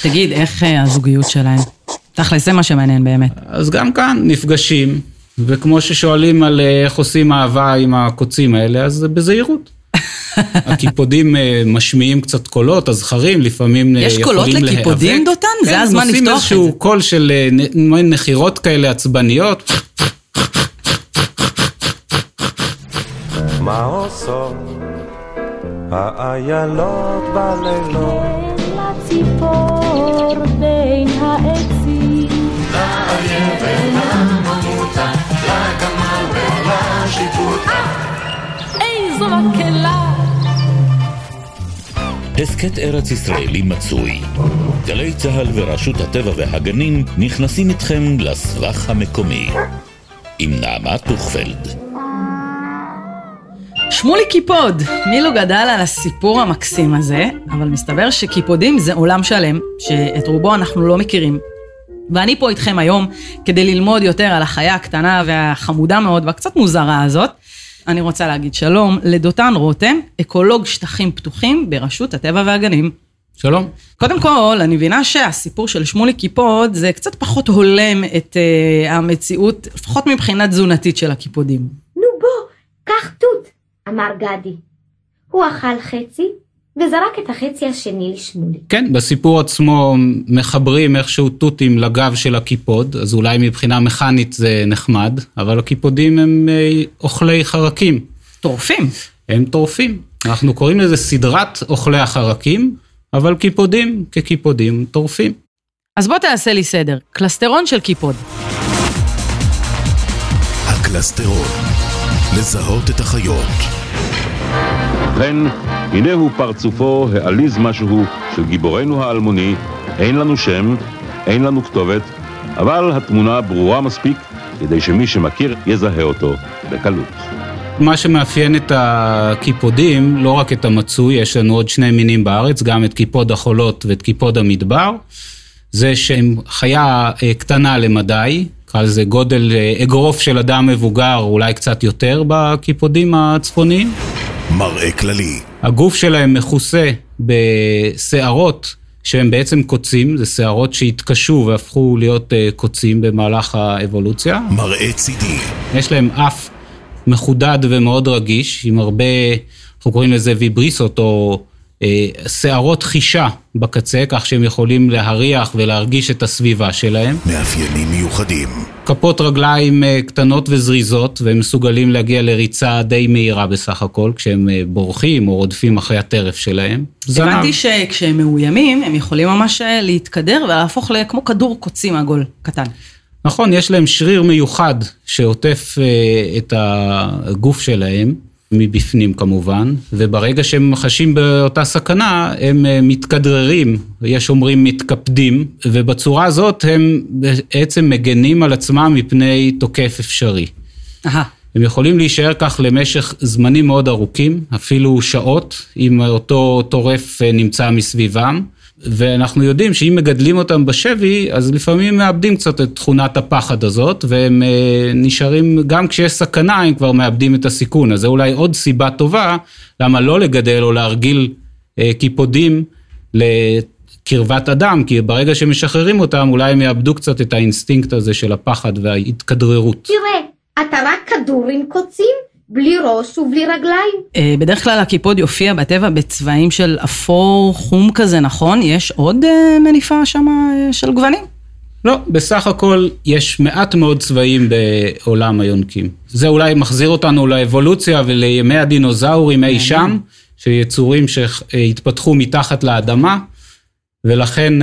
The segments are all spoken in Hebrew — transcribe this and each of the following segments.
תגיד, איך הזוגיות שלהם? תכל'ס, זה מה שמעניין באמת. אז גם כאן נפגשים, וכמו ששואלים על איך עושים אהבה עם הקוצים האלה, אז בזהירות. הקיפודים משמיעים קצת קולות, הזכרים לפעמים יש קולות לקיפודים, דותן? זה הזמן לפתוח את זה. עושים איזשהו קול של נחירות כאלה עצבניות. מה עושות האיילות בלילות לציפור בין העצים לאריה ולממותה לגמל ולשיפוטה איזו מקהלה הסקט ארץ ישראלי מצוי. גלי צהל ורשות הטבע והגנים נכנסים איתכם לסבך המקומי עם נעמה טוכפלד. שמולי קיפוד, מי לא גדל על הסיפור המקסים הזה, אבל מסתבר שקיפודים זה עולם שלם, שאת רובו אנחנו לא מכירים. ואני פה איתכם היום כדי ללמוד יותר על החיה הקטנה והחמודה מאוד והקצת מוזרה הזאת. אני רוצה להגיד שלום לדותן רותם, אקולוג שטחים פתוחים ברשות הטבע והגנים. שלום. קודם כל, אני מבינה שהסיפור של שמולי קיפוד זה קצת פחות הולם את המציאות, לפחות מבחינה תזונתית של הקיפודים. נו בוא, קח תות, אמר גדי. הוא אכל חצי וזרק את החצי השני לשמולי. כן, בסיפור עצמו מחברים איכשהו תותים לגב של הקיפוד, אז אולי מבחינה מכנית זה נחמד, אבל הקיפודים הם אוכלי חרקים. טורפים. הם טורפים. אנחנו קוראים לזה סדרת אוכלי החרקים, אבל קיפודים כקיפודים טורפים. אז בוא תעשה לי סדר. קלסטרון של קיפוד. הקלסטרון. לזהות את החיות. כן, הנה הוא פרצופו העליז משהו של גיבורנו האלמוני. אין לנו שם, אין לנו כתובת, אבל התמונה ברורה מספיק כדי שמי שמכיר יזהה אותו בקלות. מה שמאפיין את הקיפודים, לא רק את המצוי, יש לנו עוד שני מינים בארץ, גם את קיפוד החולות ואת קיפוד המדבר, זה שהם חיה קטנה למדי, קרא לזה גודל אגרוף של אדם מבוגר, אולי קצת יותר בקיפודים הצפוניים. מראה כללי. הגוף שלהם מכוסה בשערות שהם בעצם קוצים, זה שערות שהתקשו והפכו להיות קוצים במהלך האבולוציה. מראה צידי. יש להם אף מחודד ומאוד רגיש, עם הרבה, אנחנו קוראים לזה ויבריסות או שערות חישה בקצה, כך שהם יכולים להריח ולהרגיש את הסביבה שלהם. מאפיינים מיוחדים. כפות רגליים קטנות וזריזות, והם מסוגלים להגיע לריצה די מהירה בסך הכל, כשהם בורחים או רודפים אחרי הטרף שלהם. הבנתי שכשהם מאוימים, הם יכולים ממש להתקדר ולהפוך כמו כדור קוצים עגול קטן. נכון, יש להם שריר מיוחד שעוטף את הגוף שלהם, מבפנים כמובן, וברגע שהם חשים באותה סכנה, הם מתקדררים, יש אומרים מתקפדים, ובצורה הזאת הם בעצם מגנים על עצמם מפני תוקף אפשרי. הם יכולים להישאר כך למשך זמנים מאוד ארוכים, אפילו שעות, אם אותו טורף נמצא מסביבם, ואנחנו יודעים שאם מגדלים אותם בשבי, אז לפעמים מאבדים קצת את תכונת הפחד הזאת, והם נשארים, גם כשיש סכנה, הם כבר מאבדים את הסיכון. אז זה אולי עוד סיבה טובה, למה לא לגדל או להרגיל קיפודים לקרבת אדם, כי ברגע שמשחררים אותם, אולי הם יאבדו קצת את האינסטינקט הזה של הפחד וההתקדררות. תראה, אתה רק כדור עם קוצים? בלי ראש ובלי רגליים. בדרך כלל הקיפוד יופיע בטבע בצבעים של אפור חום כזה, נכון? יש עוד מניפה שם של גוונים? לא, בסך הכל יש מעט מאוד צבעים בעולם היונקים. זה אולי מחזיר אותנו לאבולוציה ולימי הדינוזאורים אי שם, שיצורים שהתפתחו מתחת לאדמה, ולכן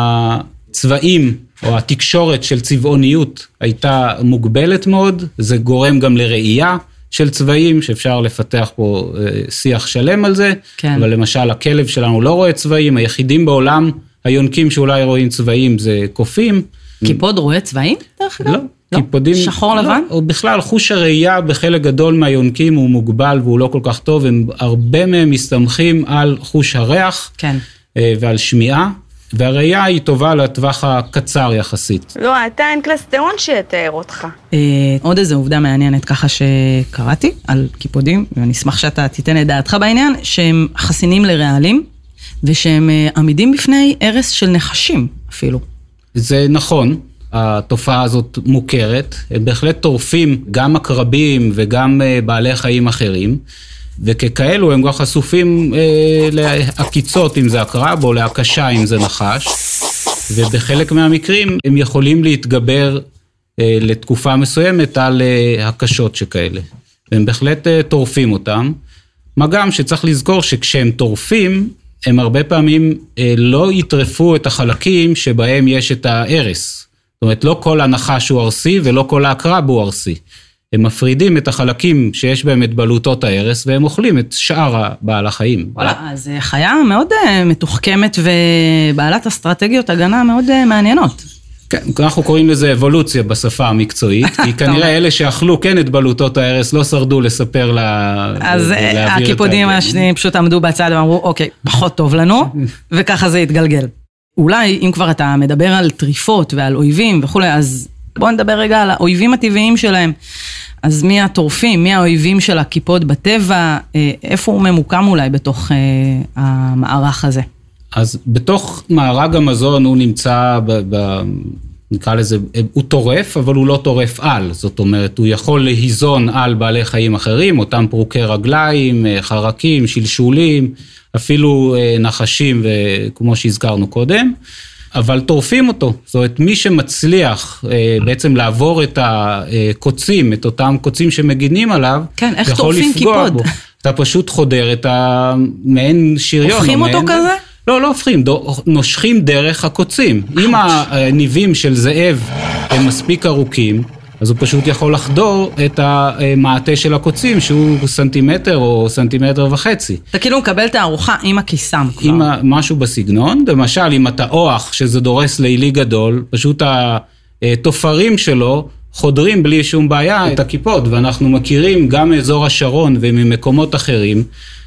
הצבעים או התקשורת של צבעוניות הייתה מוגבלת מאוד, זה גורם גם לראייה, של צבעים, שאפשר לפתח פה שיח שלם על זה, כן. אבל למשל הכלב שלנו לא רואה צבעים, היחידים בעולם היונקים שאולי רואים צבעים זה קופים. קיפוד רואה צבעים? לא, קיפודים... שחור לבן? או בכלל חוש הראייה בחלק גדול מהיונקים הוא מוגבל והוא לא כל כך טוב, הם הרבה מהם מסתמכים על חוש הריח, כן. ועל שמיעה, והראייה היא טובה לטווח הקצר יחסית. לא, אתה אין קלסטרון שיתאר אותך. עוד איזו עובדה מעניינת ככה שקראתי על קיפודים, ואני אשמח שאתה תיתן את דעתך בעניין, שהם חסינים לרעלים, ושהם עמידים בפני הרס של נחשים אפילו. זה נכון, התופעה הזאת מוכרת, הם בהחלט טורפים גם עקרבים וגם בעלי חיים אחרים, וככאלו הם גם חשופים לעקיצות אם זה עקרב או להקשה אם זה נחש, ובחלק מהמקרים הם יכולים להתגבר לתקופה מסוימת על הקשות שכאלה. והם בהחלט טורפים אותם, מה גם שצריך לזכור שכשהם טורפים, הם הרבה פעמים לא יטרפו את החלקים שבהם יש את ההרס. זאת אומרת, לא כל הנחש הוא ארסי ולא כל העקרב הוא ארסי. הם מפרידים את החלקים שיש בהם את בלוטות ההרס, והם אוכלים את שאר בעל החיים. וואלה, אז חיה מאוד מתוחכמת ובעלת אסטרטגיות הגנה מאוד מעניינות. כן, אנחנו קוראים לזה אבולוציה בשפה המקצועית, כי כנראה אלה שאכלו כן את בלוטות ההרס לא שרדו לספר אז הקיפודים השניים פשוט עמדו בצד ואמרו, אוקיי, פחות טוב לנו, וככה זה יתגלגל. אולי אם כבר אתה מדבר על טריפות ועל אויבים וכו', אז בוא נדבר רגע על האויבים הטבעיים שלהם. אז מי הטורפים, מי האויבים של הקיפוד בטבע, איפה הוא ממוקם אולי בתוך המערך הזה? אז בתוך מארג המזון הוא נמצא, נקרא לזה, הוא טורף, אבל הוא לא טורף על. זאת אומרת, הוא יכול להיזון על בעלי חיים אחרים, אותם פרוקי רגליים, חרקים, שלשולים, אפילו נחשים, כמו שהזכרנו קודם, אבל טורפים אותו. זאת אומרת, מי שמצליח בעצם לעבור את הקוצים, את אותם קוצים שמגינים עליו, כן, איך טורפים קיפוד? אתה פשוט חודר את המעין שריון. הופכים אותו כזה? לא הופכים, נושכים דרך הקוצים. אם הניבים של זאב הם מספיק ארוכים, אז הוא פשוט יכול לחדור את המעטה של הקוצים, שהוא סנטימטר או סנטימטר וחצי. אתה כאילו מקבל את הארוחה עם הכיסם כבר. עם משהו בסגנון, למשל, אם אתה אוח שזה דורס לילי גדול, פשוט התופרים שלו חודרים בלי שום בעיה את הקיפוד, ואנחנו מכירים גם מאזור השרון וממקומות אחרים,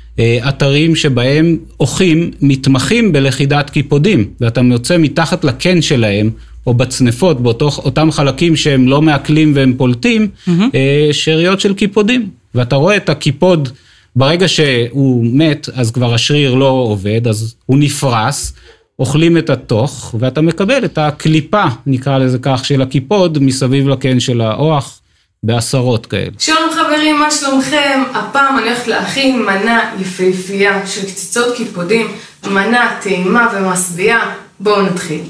אתרים שבהם אוחים מתמחים בלכידת קיפודים, ואתה יוצא מתחת לקן שלהם, או בצנפות, באותם חלקים שהם לא מעכלים והם פולטים, שריות של קיפודים. ואתה רואה את הקיפוד, ברגע שהוא מת, אז כבר השריר לא עובד, אז הוא נפרס, אוכלים את התוך, ואתה מקבל את הקליפה, נקרא לזה כך, של הקיפוד, מסביב לקן של האוח, בעשרות כאלה. שלום חברים, מה שלומכם? הפעם אני הולכת להכין מנה יפהפייה של קציצות קיפודים, מנה טעימה ומשביעה. בואו נתחיל.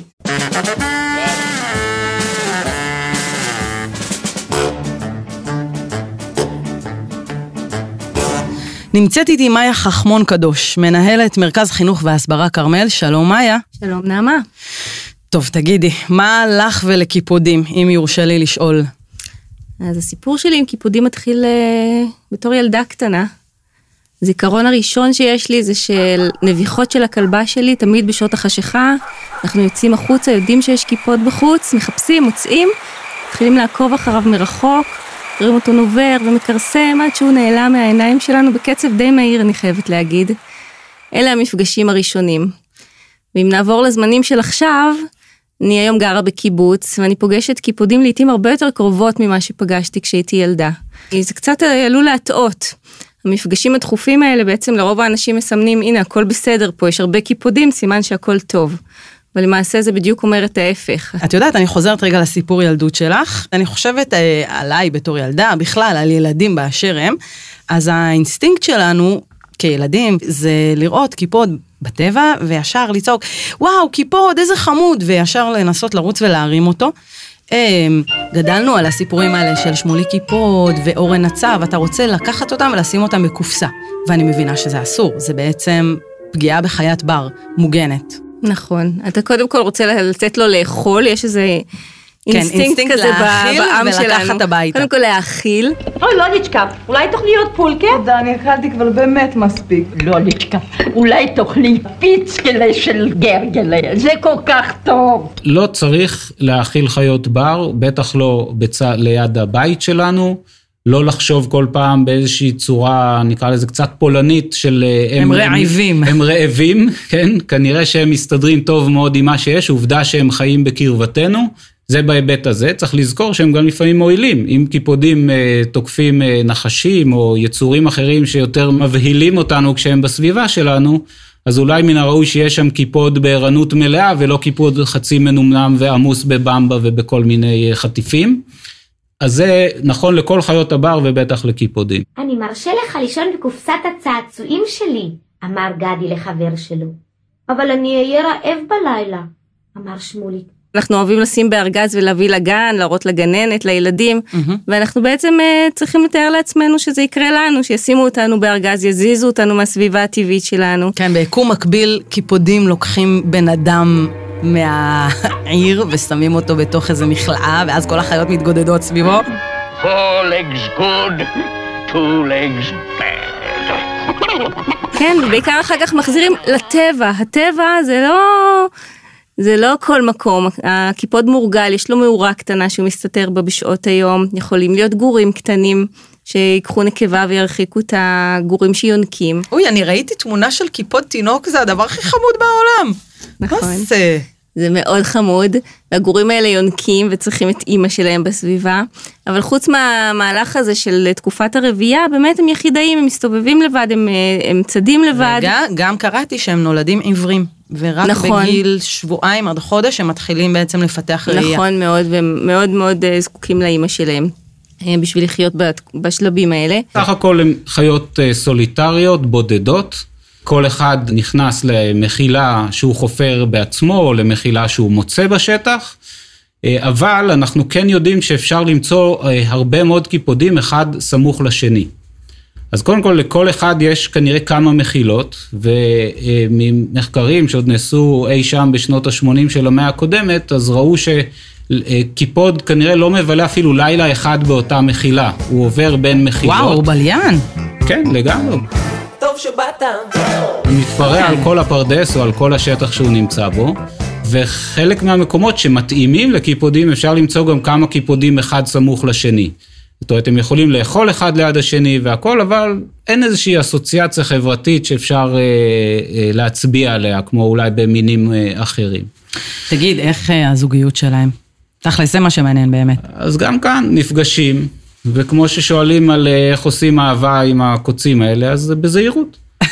נמצאת איתי מאיה חכמון קדוש, מנהלת מרכז חינוך והסברה כרמל. שלום מאיה. שלום נעמה. טוב, תגידי, מה לך ולקיפודים, אם יורשה לי לשאול? אז הסיפור שלי עם קיפודים מתחיל בתור ילדה קטנה. הזיכרון הראשון שיש לי זה של נביחות של הכלבה שלי, תמיד בשעות החשיכה, אנחנו יוצאים החוצה, יודעים שיש קיפוד בחוץ, מחפשים, מוצאים, מתחילים לעקוב אחריו מרחוק, רואים אותו נובר ומקרסם עד שהוא נעלם מהעיניים שלנו בקצב די מהיר, אני חייבת להגיד. אלה המפגשים הראשונים. ואם נעבור לזמנים של עכשיו, אני היום גרה בקיבוץ, ואני פוגשת קיפודים לעתים הרבה יותר קרובות ממה שפגשתי כשהייתי ילדה. זה קצת עלול להטעות. המפגשים הדחופים האלה בעצם לרוב האנשים מסמנים, הנה הכל בסדר פה, יש הרבה קיפודים, סימן שהכל טוב. אבל למעשה זה בדיוק אומר את ההפך. את יודעת, אני חוזרת רגע לסיפור ילדות שלך, אני חושבת עליי בתור ילדה, בכלל על ילדים באשר הם, אז האינסטינקט שלנו כילדים זה לראות קיפוד בטבע, וישר לצעוק, וואו, קיפוד, איזה חמוד, וישר לנסות לרוץ ולהרים אותו. גדלנו על הסיפורים האלה של שמולי קיפוד ואורן הצב, אתה רוצה לקחת אותם ולשים אותם בקופסה, ואני מבינה שזה אסור, זה בעצם פגיעה בחיית בר, מוגנת. נכון, אתה קודם כל רוצה לתת לו לאכול, יש איזה אינסטינקט כזה בעם שלנו. קודם כל להאכיל. אוי, לא נשכב, אולי תאכלי עוד פולקה? תודה, אני אכלתי כבר באמת מספיק. לא נשכב, אולי תאכלי פיצקלה של גרגלה, זה כל כך טוב. לא צריך להאכיל חיות בר, בטח לא ליד הבית שלנו, לא לחשוב כל פעם באיזושהי צורה, נקרא לזה קצת פולנית של... הם רעבים. הם רעבים, כן? כנראה שהם מסתדרים טוב מאוד עם מה שיש, עובדה שהם חיים בקרבתנו, זה בהיבט הזה, צריך לזכור שהם גם לפעמים מועילים, אם קיפודים תוקפים נחשים או יצורים אחרים שיותר מבהילים אותנו כשהם בסביבה שלנו, אז אולי מן הראוי שיש שם קיפוד בערנות מלאה, ולא קיפוד חצי מנומנם ועמוס בבמבה ובכל מיני חטיפים. אז זה נכון לכל חיות הבר ובטח לקיפודים. אני מרשה לך לישון בקופסת הצעצועים שלי, אמר גדי לחבר שלו. אבל אני אהיה רעב בלילה, אמר שמוליק. אנחנו אוהבים לשים בארגז ולהביא לגן, להראות לגננת, לילדים, ואנחנו בעצם צריכים לתאר לעצמנו שזה יקרה לנו, שישימו אותנו בארגז, יזיזו אותנו מהסביבה הטבעית שלנו. כן, ביקום מקביל קיפודים לוקחים בן אדם מהעיר ושמים אותו בתוך איזה מכלאה, ואז כל החיות מתגודדות סביבו. 4 legs good, 2 legs bad. כן, ובעיקר אחר כך מחזירים לטבע. הטבע זה לא כל מקום. הקיפוד מורגל, יש לו מאורה קטנה שהוא מסתתר בה בשעות היום. יכולים להיות גורים קטנים שיקחו נקבה וירחיקו את הגורים שיונקים. אוי, אני ראיתי תמונה של קיפוד תינוק, זה הדבר הכי חמוד בעולם. נכון. מה זה? זה מאוד חמוד, והגורים האלה יונקים וצריכים את אימא שלהם בסביבה, אבל חוץ מהמהלך הזה של תקופת הרבייה, באמת הם יחידאים, הם מסתובבים לבד, הם צדים לבד. רגע, גם קראתי שהם נולדים עיוורים, ורק נכון. בגיל שבועיים עד חודש הם מתחילים בעצם לפתח ראייה. נכון מאוד, והם מאוד מאוד זקוקים לאימא שלהם, בשביל לחיות בשלבים האלה. סך הכל הם חיות סוליטריות, בודדות, כל אחד נכנס למחילה שהוא חופר בעצמו, או למחילה שהוא מוצא בשטח, אבל אנחנו כן יודעים שאפשר למצוא הרבה מאוד קיפודים, אחד סמוך לשני. אז קודם כל, לכל אחד יש כנראה כמה מחילות, וממחקרים שעוד נעשו אי שם בשנות ה-80 של המאה הקודמת, אז ראו שקיפוד כנראה לא מבלה אפילו לילה אחד באותה מחילה, הוא עובר בין מחילות. וואו, הוא בליין. כן, לגמרי. טוב שבאת. הוא מתפרע על כל הפרדס או על כל השטח שהוא נמצא בו, וחלק מהמקומות שמתאימים לקיפודים, אפשר למצוא גם כמה קיפודים אחד סמוך לשני. זאת אומרת, הם יכולים לאכול אחד ליד השני והכל, אבל אין איזושהי אסוציאציה חברתית שאפשר להצביע עליה, כמו אולי במינים אחרים. תגיד, איך הזוגיות שלהם? תכל'ס, זה מה שמעניין באמת. אז גם כאן נפגשים, וכמו ששואלים על איך עושים אהבה עם הקוצים האלה, אז בזהירות.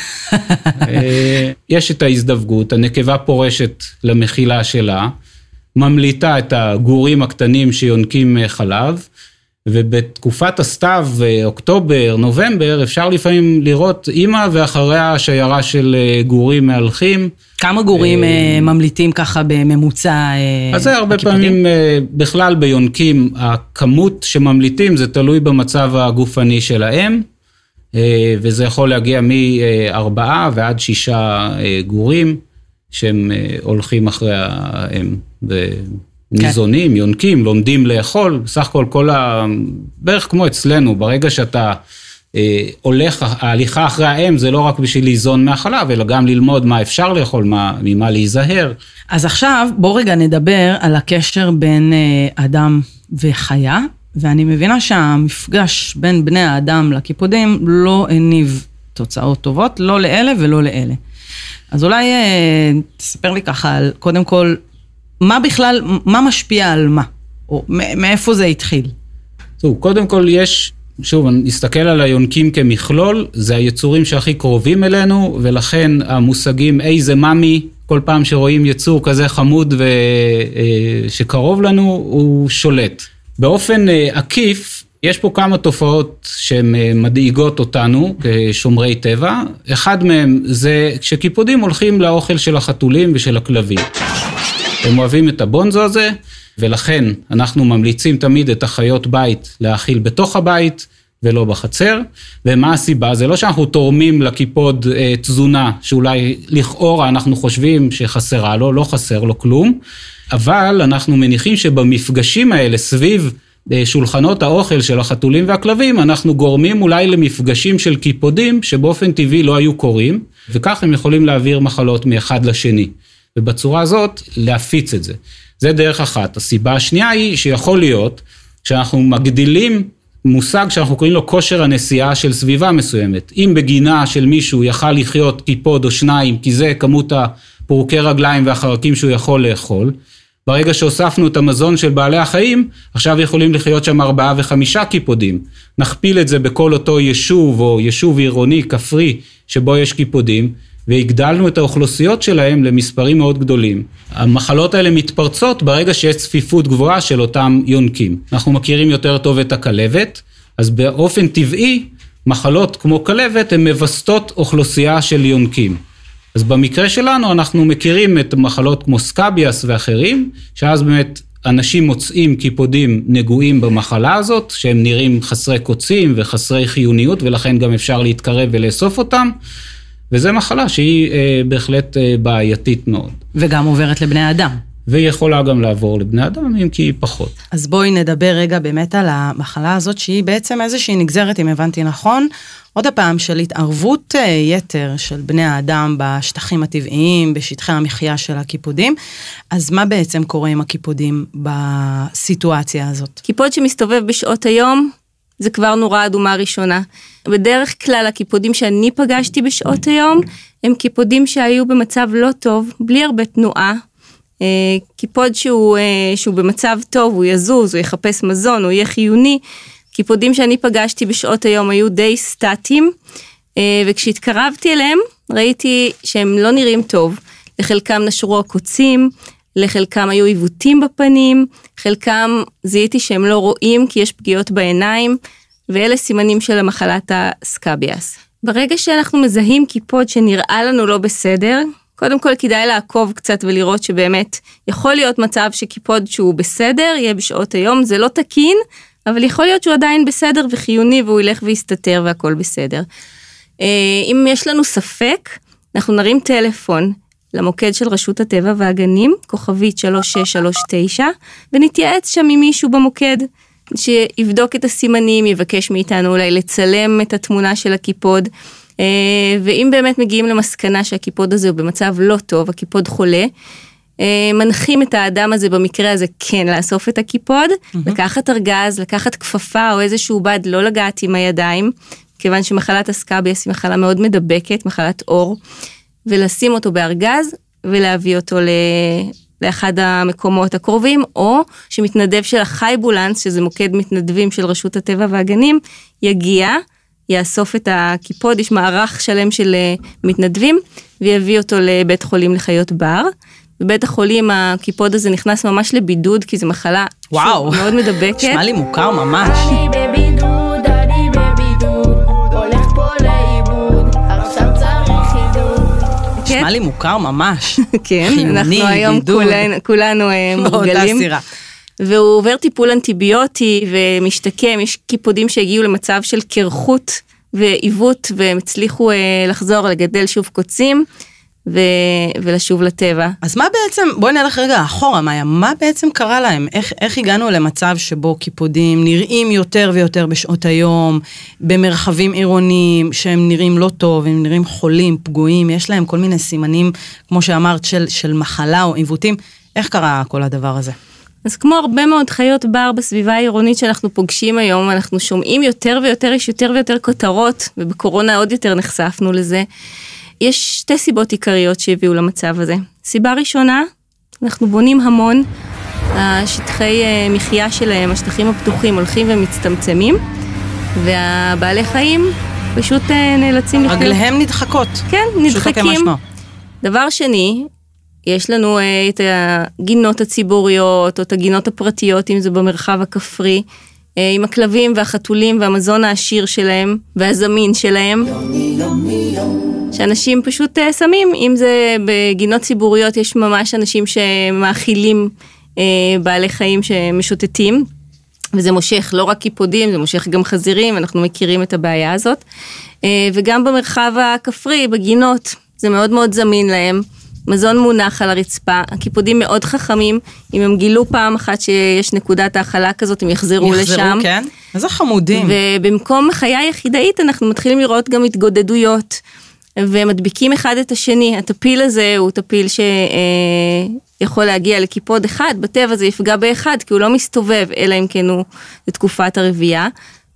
יש את ההזדווגות, הנקבה פורשת למחילה שלה, ממליטה את הגורים הקטנים שיונקים חלב, ובתקופת הסתיו, אוקטובר, נובמבר, אפשר לפעמים לראות אימא ואחריה שיירה של גורים מהלכים. כמה גורים ממליטים ככה בממוצע? אז זה הרבה פעמים בכלל ביונקים, הכמות שממליטים זה תלוי במצב הגופני שלהם, וזה יכול להגיע מ4 ועד 6 גורים שהם הולכים אחרי האם ניזונים, יונקים, לומדים לאכול, בסך הכל בערך כמו אצלנו, ברגע שאתה הולך, ההליכה אחרי האם זה לא רק בשביל ליזון מהחלב, אלא גם ללמוד מה אפשר לאכול, ממה להיזהר. אז עכשיו בוא רגע נדבר על הקשר בין אדם וחיה, ואני מבינה שהמפגש בין בני האדם לקיפודים לא הניב תוצאות טובות, לא לאלה ולא לאלה. אז אולי תספר לי ככה, קודם כל, מה בכלל, מה משפיע על מה? או מאיפה זה התחיל? טוב, קודם כל יש, שוב, נסתכל על היונקים כמכלול, זה היצורים שהכי קרובים אלינו, ולכן המושגים איזה ממי, כל פעם שרואים יצור כזה חמוד שקרוב לנו, הוא שולט. באופן עקיף, יש פה כמה תופעות שהן מדאיגות אותנו כשומרי טבע. אחד מהם זה כשקיפודים הולכים לאוכל של החתולים ושל הכלבים. הם אוהבים את הבונזו הזה, ולכן אנחנו ממליצים תמיד את החיות בית להאכיל בתוך הבית ולא בחצר. ומה הסיבה? זה לא שאנחנו תורמים לקיפוד תזונה, שאולי לכאורה אנחנו חושבים שחסרה לו, לא חסר לו כלום, אבל אנחנו מניחים שבמפגשים האלה סביב שולחנות האוכל של החתולים והכלבים, אנחנו גורמים אולי למפגשים של קיפודים שבאופן טבעי לא היו קורים, וכך הם יכולים להעביר מחלות מאחד לשני. ובצורה הזאת להפיץ את זה. זה דרך אחת. הסיבה השנייה היא שיכול להיות שאנחנו מגדילים מושג שאנחנו קוראים לו כושר הנסיעה של סביבה מסוימת. אם בגינה של מישהו יכל לחיות קיפוד או 2, כי זה כמות הפורקי רגליים והחרקים שהוא יכול לאכול, ברגע שהוספנו את המזון של בעלי החיים, עכשיו יכולים לחיות שם 4 ו5 קיפודים. נכפיל את זה בכל אותו יישוב או יישוב עירוני, כפרי, שבו יש קיפודים, והגדלנו את האוכלוסיות שלהם למספרים מאוד גדולים. המחלות האלה מתפרצות ברגע שיש צפיפות גבוהה של אותם יונקים. אנחנו מכירים יותר טוב את הכלבת, אז באופן טבעי, מחלות כמו כלבת הן מבסטות אוכלוסייה של יונקים. אז במקרה שלנו אנחנו מכירים את מחלות כמו סקאביאס ואחרים, שאז באמת אנשים מוצאים קיפודים נגועים במחלה הזאת, שהם נראים חסרי קוצים וחסרי חיוניות, ולכן גם אפשר להתקרב ולאסוף אותם, וזו מחלה שהיא בהחלט בעייתית מאוד. וגם עוברת לבני אדם. והיא יכולה גם לעבור לבני אדם, אם כי היא פחות. אז בואי נדבר רגע באמת על המחלה הזאת, שהיא בעצם איזושהי נגזרת, אם הבנתי נכון, עוד הפעם של התערבות יתר של בני האדם בשטחים הטבעיים, בשטחי המחיה של הקיפודים. אז מה בעצם קורה עם הקיפודים בסיטואציה הזאת? קיפוד שמסתובב בשעות היום, זה כבר נורא אדומה ראשונה. בדרך כלל הקיפודים שאני פגשתי בשעות היום, הם קיפודים שהיו במצב לא טוב, בלי הרבה תנועה. קיפוד שהוא במצב טוב, הוא יזוז, הוא יחפש מזון, הוא יהיה חיוני. קיפודים שאני פגשתי בשעות היום היו די סטטיים, וכשהתקרבתי אליהם ראיתי שהם לא נראים טוב. לחלקם נשרו הקוצים, לחלקם היו עיוותים בפנים, חלקם זיהיתי שהם לא רואים כי יש פגיעות בעיניים, ואלה סימנים של המחלת הסקאביאס. ברגע שאנחנו מזהים קיפוד שנראה לנו לא בסדר, קודם כל כדאי לעקוב קצת ולראות שבאמת יכול להיות מצב שקיפוד שהוא בסדר, יהיה בשעות היום, זה לא תקין, אבל יכול להיות שהוא עדיין בסדר וחיוני, והוא ילך ויסתתר והכל בסדר. אם יש לנו ספק, אנחנו נרים טלפון למוקד של רשות הטבע והגנים, כוכבית 3639, ונתייעץ שם עם מישהו במוקד, שיבדוק את הסימנים, יבקש מאיתנו אולי לצלם את התמונה של הקיפוד, ואם באמת מגיעים למסקנה שהקיפוד הזה הוא במצב לא טוב, הקיפוד חולה, מנחים את האדם הזה במקרה הזה כן לאסוף את הקיפוד, לקחת ארגז, לקחת כפפה או איזשהו בד, לא לגעת עם הידיים, כיוון שמחלת הסקאביאס היא מחלה מאוד מדבקת, מחלת אור, ולשים אותו בארגז ולהביא אותו לאחד המקומות הקרובים, או שמתנדב של החייבולנס, שזה מוקד מתנדבים של רשות הטבע והגנים, יגיע, יאסוף את הקיפוד, יש מערך שלם של מתנדבים, ויביא אותו לבית חולים לחיות בר. בבית החולים הקיפוד הזה נכנס ממש לבידוד, כי זו מחלה מאוד מדבקת. נשמע לי מוכר ממש. אני בבידוד, אני בבידוד, הולך פה לאיבוד, עכשיו צריך חידוד. נשמע לי מוכר ממש. כן, אנחנו היום כולנו מורגלים. והוא עובר טיפול אנטיביוטי ומשתקם, יש קיפודים שהגיעו למצב של קרחות ועיוות, והם הצליחו לחזור לגדל שוב קוצים, ולשוב לטבע. אז מה בעצם, בואי נלך רגע אחורה, מאיה, מה בעצם קרה להם? איך הגענו למצב שבו קיפודים נראים יותר ויותר בשעות היום, במרחבים עירוניים, שהם נראים לא טוב, הם נראים חולים, פגועים, יש להם כל מיני סימנים, כמו שאמרת, של מחלה או עיוותים. איך קרה כל הדבר הזה? אז כמו הרבה מאוד חיות בר בסביבה העירונית שאנחנו פוגשים היום, אנחנו שומעים יותר ויותר, יש יותר ויותר כותרות, ובקורונה עוד יותר נחשפנו לזה. יש שתי סיבות עיקריות שהביאו למצב הזה. סיבה ראשונה, אנחנו בונים המון, השטחי מחיה שלהם, השטחים הפתוחים הולכים ומצטמצמים, והבעלי חיים פשוט נאלצים לחיות. רגליהם נדחקות. כן, נדחקים. דבר שני, יש לנו את הגינות הציבוריות, או את הגינות הפרטיות, אם זה במרחב הכפרי, עם הכלבים והחתולים והמזון העשיר שלהם, והזמין שלהם. שאנשים פשוט שמים, אם זה בגינות ציבוריות, יש ממש אנשים שמאכילים בעלי חיים שמשוטטים, וזה מושך לא רק קיפודים, זה מושך גם חזירים, אנחנו מכירים את הבעיה הזאת, וגם במרחב הכפרי, בגינות, זה מאוד מאוד זמין להם, מזון מונח על הרצפה, הקיפודים מאוד חכמים, אם הם גילו פעם אחת שיש נקודת האכלה כזאת, הם יחזרו לשם. כן? איזה חמודים. ובמקום חיה יחידאית, אנחנו מתחילים לראות גם התגודדויות, ומדביקים אחד את השני. הטפיל הזה הוא טפיל שיכול להגיע לקיפוד אחד, בטבע זה יפגע באחד, כי הוא לא מסתובב, אלא אם כן הוא לתקופת הרבייה,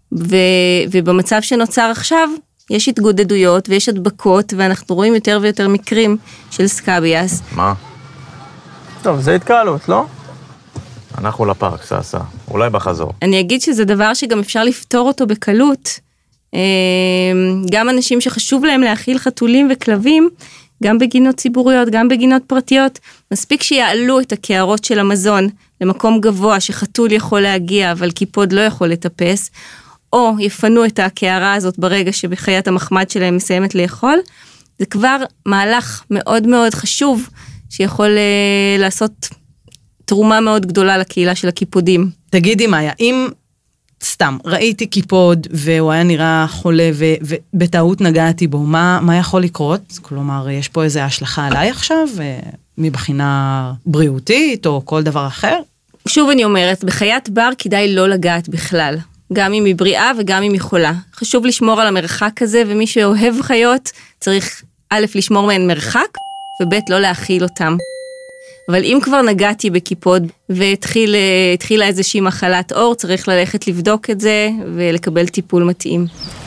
ובמצב שנוצר עכשיו, יש התגודדויות ויש הדבקות, ואנחנו רואים יותר ויותר מקרים של סקאביאס. מה? טוב, זה התקהלות, לא? אנחנו לפארק, סעשה. אולי בחזור. אני אגיד שזה דבר שגם אפשר לפתור אותו בקלות. גם אנשים שחשוב להם להאכיל חתולים וכלבים, גם בגינות ציבוריות, גם בגינות פרטיות, מספיק שיעלו את הקערות של המזון למקום גבוה שחתול יכול להגיע, אבל קיפוד לא יכול לטפס, או יפנו את הקערה הזאת ברגע שבחיית המחמד שלהם מסיימת לאכול, זה כבר מהלך מאוד מאוד חשוב, שיכול לעשות תרומה מאוד גדולה לקהילה של הקיפודים. תגידי מאיה, אם סתם ראיתי קיפוד והוא היה נראה חולה ובטעות נגעתי בו, מה יכול לקרות? כלומר, יש פה איזו השלכה עליי עכשיו, מבחינה בריאותית או כל דבר אחר? שוב אני אומרת, בחיית בר כדאי לא לגעת בכלל. גם אם היא בריאה וגם אם היא חולה. חשוב לשמור על המרחק הזה, ומי שאוהב חיות צריך א' לשמור מהן מרחק, וב' לא להאכיל אותם. אבל אם כבר נגעתי בקיפוד, והתחילה איזושהי מחלת אור, צריך ללכת לבדוק את זה, ולקבל טיפול מתאים.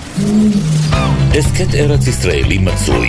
הסקט ארץ ישראלי מצוי.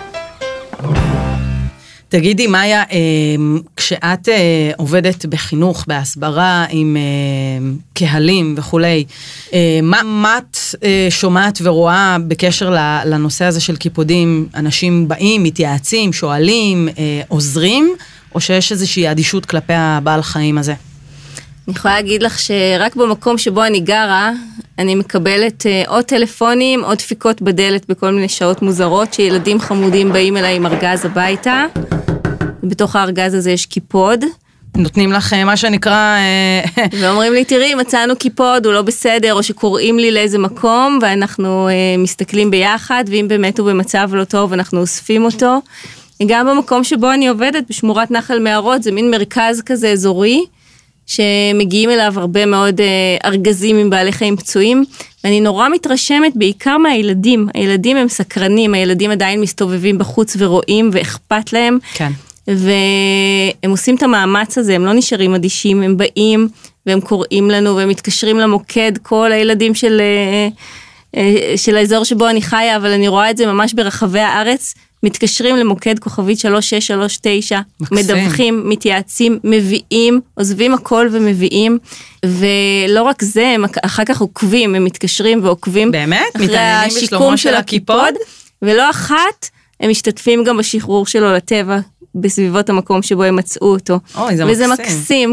תגידי, מאיה, כשאת עובדת בחינוך, בהסברה עם קהלים וכולי, מה את שומעת ורואה בקשר לנושא הזה של קיפודים? אנשים באים, מתייעצים, שואלים, עוזרים, או שיש איזושהי אדישות כלפי הבעל חיים הזה? אני יכולה להגיד לך שרק במקום שבו אני גרה, אני מקבלת או טלפונים או דפיקות בדלת בכל מיני שעות מוזרות, שילדים חמודים באים אליי עם ארגז הביתה, ובתוך הארגז הזה יש קיפוד. נותנים לך מה שנקרא... ואומרים לי, תראי, מצאנו קיפוד, הוא לא בסדר, או שקוראים לי לאיזה מקום, ואנחנו מסתכלים ביחד, ואם באמת הוא במצב לא טוב, אנחנו אוספים אותו. גם במקום שבו אני עובדת, בשמורת נחל מערות, זה מין מרכז כזה אזורי, שמגיעים אליו הרבה מאוד ארגזים עם בעלי חיים פצועים, ואני נורא מתרשמת בעיקר מהילדים. הילדים הם סקרנים, הילדים עדיין מסתובבים בחוץ ורואים ואכפת להם. כן. והם עושים את המאמץ הזה, הם לא נשארים אדישים, הם באים והם קוראים לנו והם מתקשרים למוקד, כל הילדים של האזור שבו אני חיה, אבל אני רואה את זה ממש ברחבי הארץ, מתקשרים למוקד כוכבית 3639, מדווחים, מתייעצים, מביאים, עוזבים הכל ומביאים, ולא רק זה, הם אחר כך עוקבים, הם מתקשרים ועוקבים, באמת? אחרי השיקום של הקיפוד, ולא אחת, הם משתתפים גם בשחרור שלו לטבע, בסביבות המקום שבו הם מצאו אותו. אוי, זה וזה מקסים. מקסים,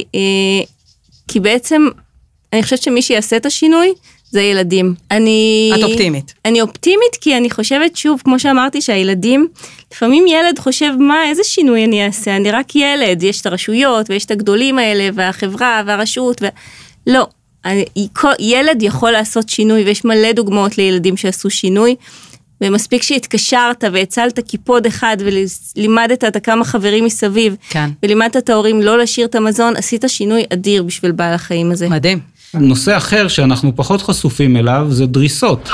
כי בעצם, אני חושבת שמי שיעשה את השינוי, זה ילדים. את אופטימית. אני אופטימית כי אני חושבת שוב, כמו שאמרתי, שהילדים, לפעמים ילד חושב, איזה שינוי אני אעשה? אני רק ילד, יש את הרשויות, ויש את הגדולים האלה, והחברה, והרשות, לא. ילד יכול לעשות שינוי, ויש מלא דוגמאות לילדים שעשו שינוי, ומספיק שהתקשרת והצלת קיפוד אחד, ולימדת את כמה חברים מסביב, כן. ולימדת את ההורים לא להשאיר את המזון, עשית שינוי אדיר בשביל בעל החיים הזה. מדהים. נושא אחר שאנחנו פחות חשופים אליו זה דריסות.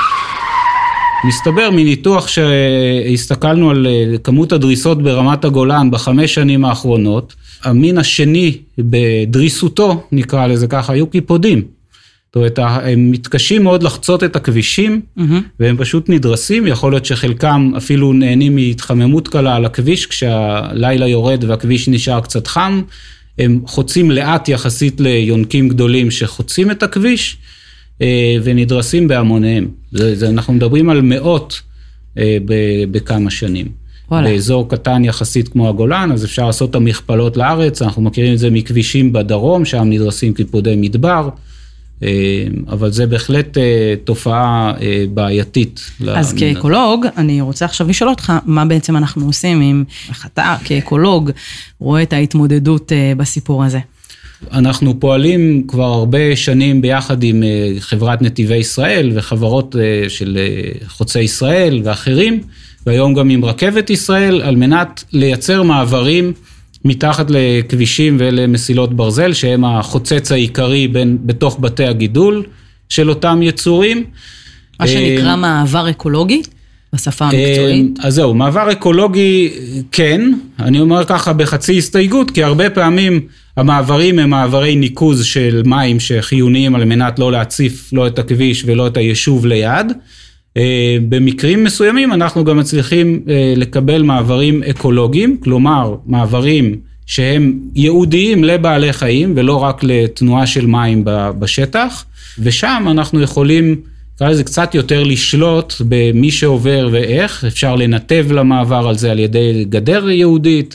מסתבר מניתוח שהסתכלנו על כמות הדריסות ברמת הגולן ב5 שנים האחרונות, המין השני בדריסותו, נקרא לזה ככה, היו קיפודים. זאת אומרת, הם מתקשים מאוד לחצות את הכבישים, והם פשוט נדרסים, יכול להיות שחלקם אפילו נהנים מהתחממות קלה על הכביש, כשהלילה יורד והכביש נשאר קצת חם, הם חוצים לאט יחסית ליונקים גדולים שחוצים את הכביש, ונדרסים בהמוניהם. אנחנו מדברים על מאות בכמה שנים. באזור קטן יחסית כמו הגולן, אז אפשר לעשות את המכפלות לארץ, אנחנו מכירים את זה מכבישים בדרום, שם נדרסים קיפודי מדבר, אבל זה בהחלט תופעה בעייתית. אז כאקולוג, אני רוצה עכשיו לשאול אותך, מה בעצם אנחנו עושים עם אתה כאקולוג רואה את ההתמודדות בסיפור הזה? אנחנו פועלים כבר הרבה שנים ביחד עם חברת נתיבי ישראל וחברות של חוצי ישראל ואחרים, והיום גם עם רכבת ישראל, על מנת לייצר מעברים מתחת לכבישים ולמסילות ברזל, שהם החוצץ העיקרי בתוך בתי הגידול של אותם יצורים. מה שנקרא מעבר אקולוגי, בשפה המקצועית. אז זהו, מעבר אקולוגי כן, אני אומר ככה בחצי הסתייגות, כי הרבה פעמים המעברים הם מעברי ניקוז של מים שחיוניים על מנת לא להציף לא את הכביש ולא את היישוב ליד. במקרים מסוימים אנחנו גם מצליחים לקבל מעברים אקולוגיים, כלומר מעברים שהם ייעודיים לבעלי חיים ולא רק לתנועה של מים בשטח, ושם אנחנו יכולים זה קצת יותר לשלוט במי שעובר ואיך, אפשר לנתב למעבר על זה על ידי גדר יהודית,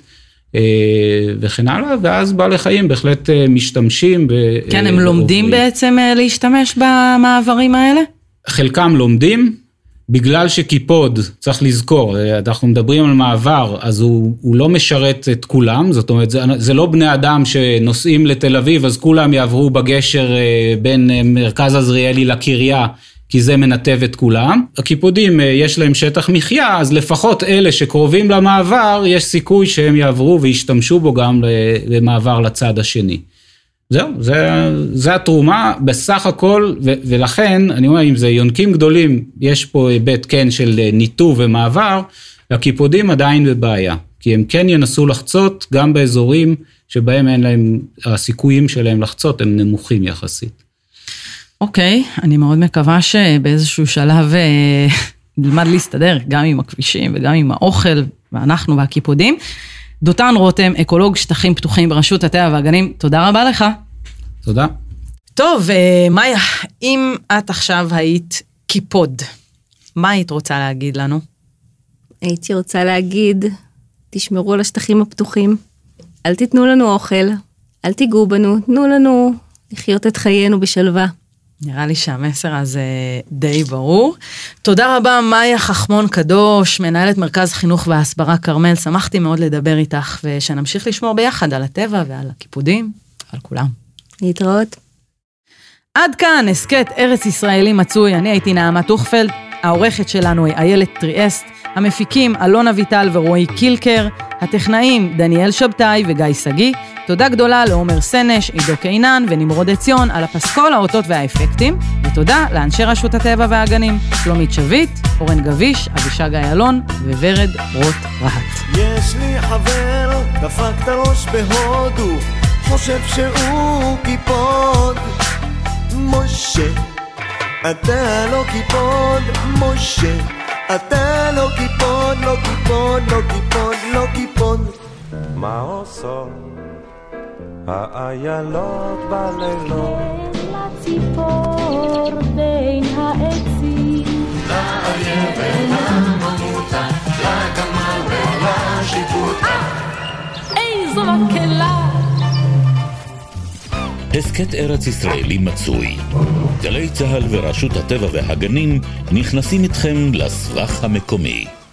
וכן הלאה, ואז בעלי חיים בהחלט משתמשים. כן, הם לומדים בעצם להשתמש במעברים האלה? חלקם לומדים, בגלל שקיפוד, צריך לזכור, אנחנו מדברים על מעבר, אז הוא לא משרת את כולם, זאת אומרת, זה לא בני אדם שנוסעים לתל אביב, אז כולם יעברו בגשר בין מרכז עזריאלי לקריה, כי זה מנתב את כולם. הקיפודים יש להם שטח מחיה, אז לפחות אלה שקרובים למעבר, יש סיכוי שהם יעברו וישתמשו בו גם למעבר לצד השני. זהו, זה התרומה בסך הכל, ולכן, אני אומר, אם זה יונקים גדולים, יש פה היבט כן של ניתוב ומעבר, הקיפודים עדיין בבעיה, כי הם כן ינסו לחצות גם באזורים שבהם אין להם, הסיכויים שלהם לחצות הם נמוכים יחסית. אוקיי, אני מאוד מקווה שבאיזשהו שלב נלמד להסתדר גם עם הכבישים וגם עם האוכל, ואנחנו והקיפודים. דותן רותם, אקולוג שטחים פתוחים ברשות הטבע והגנים, תודה רבה לך. תודה. טוב, מאיה, אם את עכשיו היית קיפוד, מה היית רוצה להגיד לנו? הייתי רוצה להגיד, תשמרו על השטחים הפתוחים, אל תיתנו לנו אוכל, אל תיגעו בנו, תנו לנו לחיות את חיינו בשלווה. נראה לי שהמסר הזה די ברור. תודה רבה, מאיה חכמון קדוש, מנהלת מרכז חינוך והסברה כרמל, שמחתי מאוד לדבר איתך, ושנמשיך לשמור ביחד על הטבע ועל הקיפודים, על כולם. להתראות. עד כאן, הסקט ארץ ישראלי מצוי, אני הייתי נעמה טוכפלד, העורכת שלנו היא איילת טריאסט, המפיקים אלונה ויטל ורועי קילקר, הטכנאים דניאל שבתאי וגיא סגי, תודה גדולה לעומר סנש, עידו קינן ונמרוד עציון על הפסקול, האותות והאפקטים, ותודה לאנשי רשות הטבע והגנים, שלומית שביט, אורן גביש, אבישג איילון וורד רוט רהט. יש לי חבר, דפק את הראש בהודו, חושב שהוא קיפוד. משה, אתה לא קיפוד, משה, אתה לא קיפוד, לא קיפוד, לא קיפוד, לא קיפוד. מה עושות האיילות בלילות? לציפור בין העצים, לאריה ולממותה, לגמל ולשיפוטה. איזו מקהלה. הסקט ארץ ישראלי מצוי. גלי צהל ורשות הטבע והגנים נכנסים איתכם לסבך המקומי.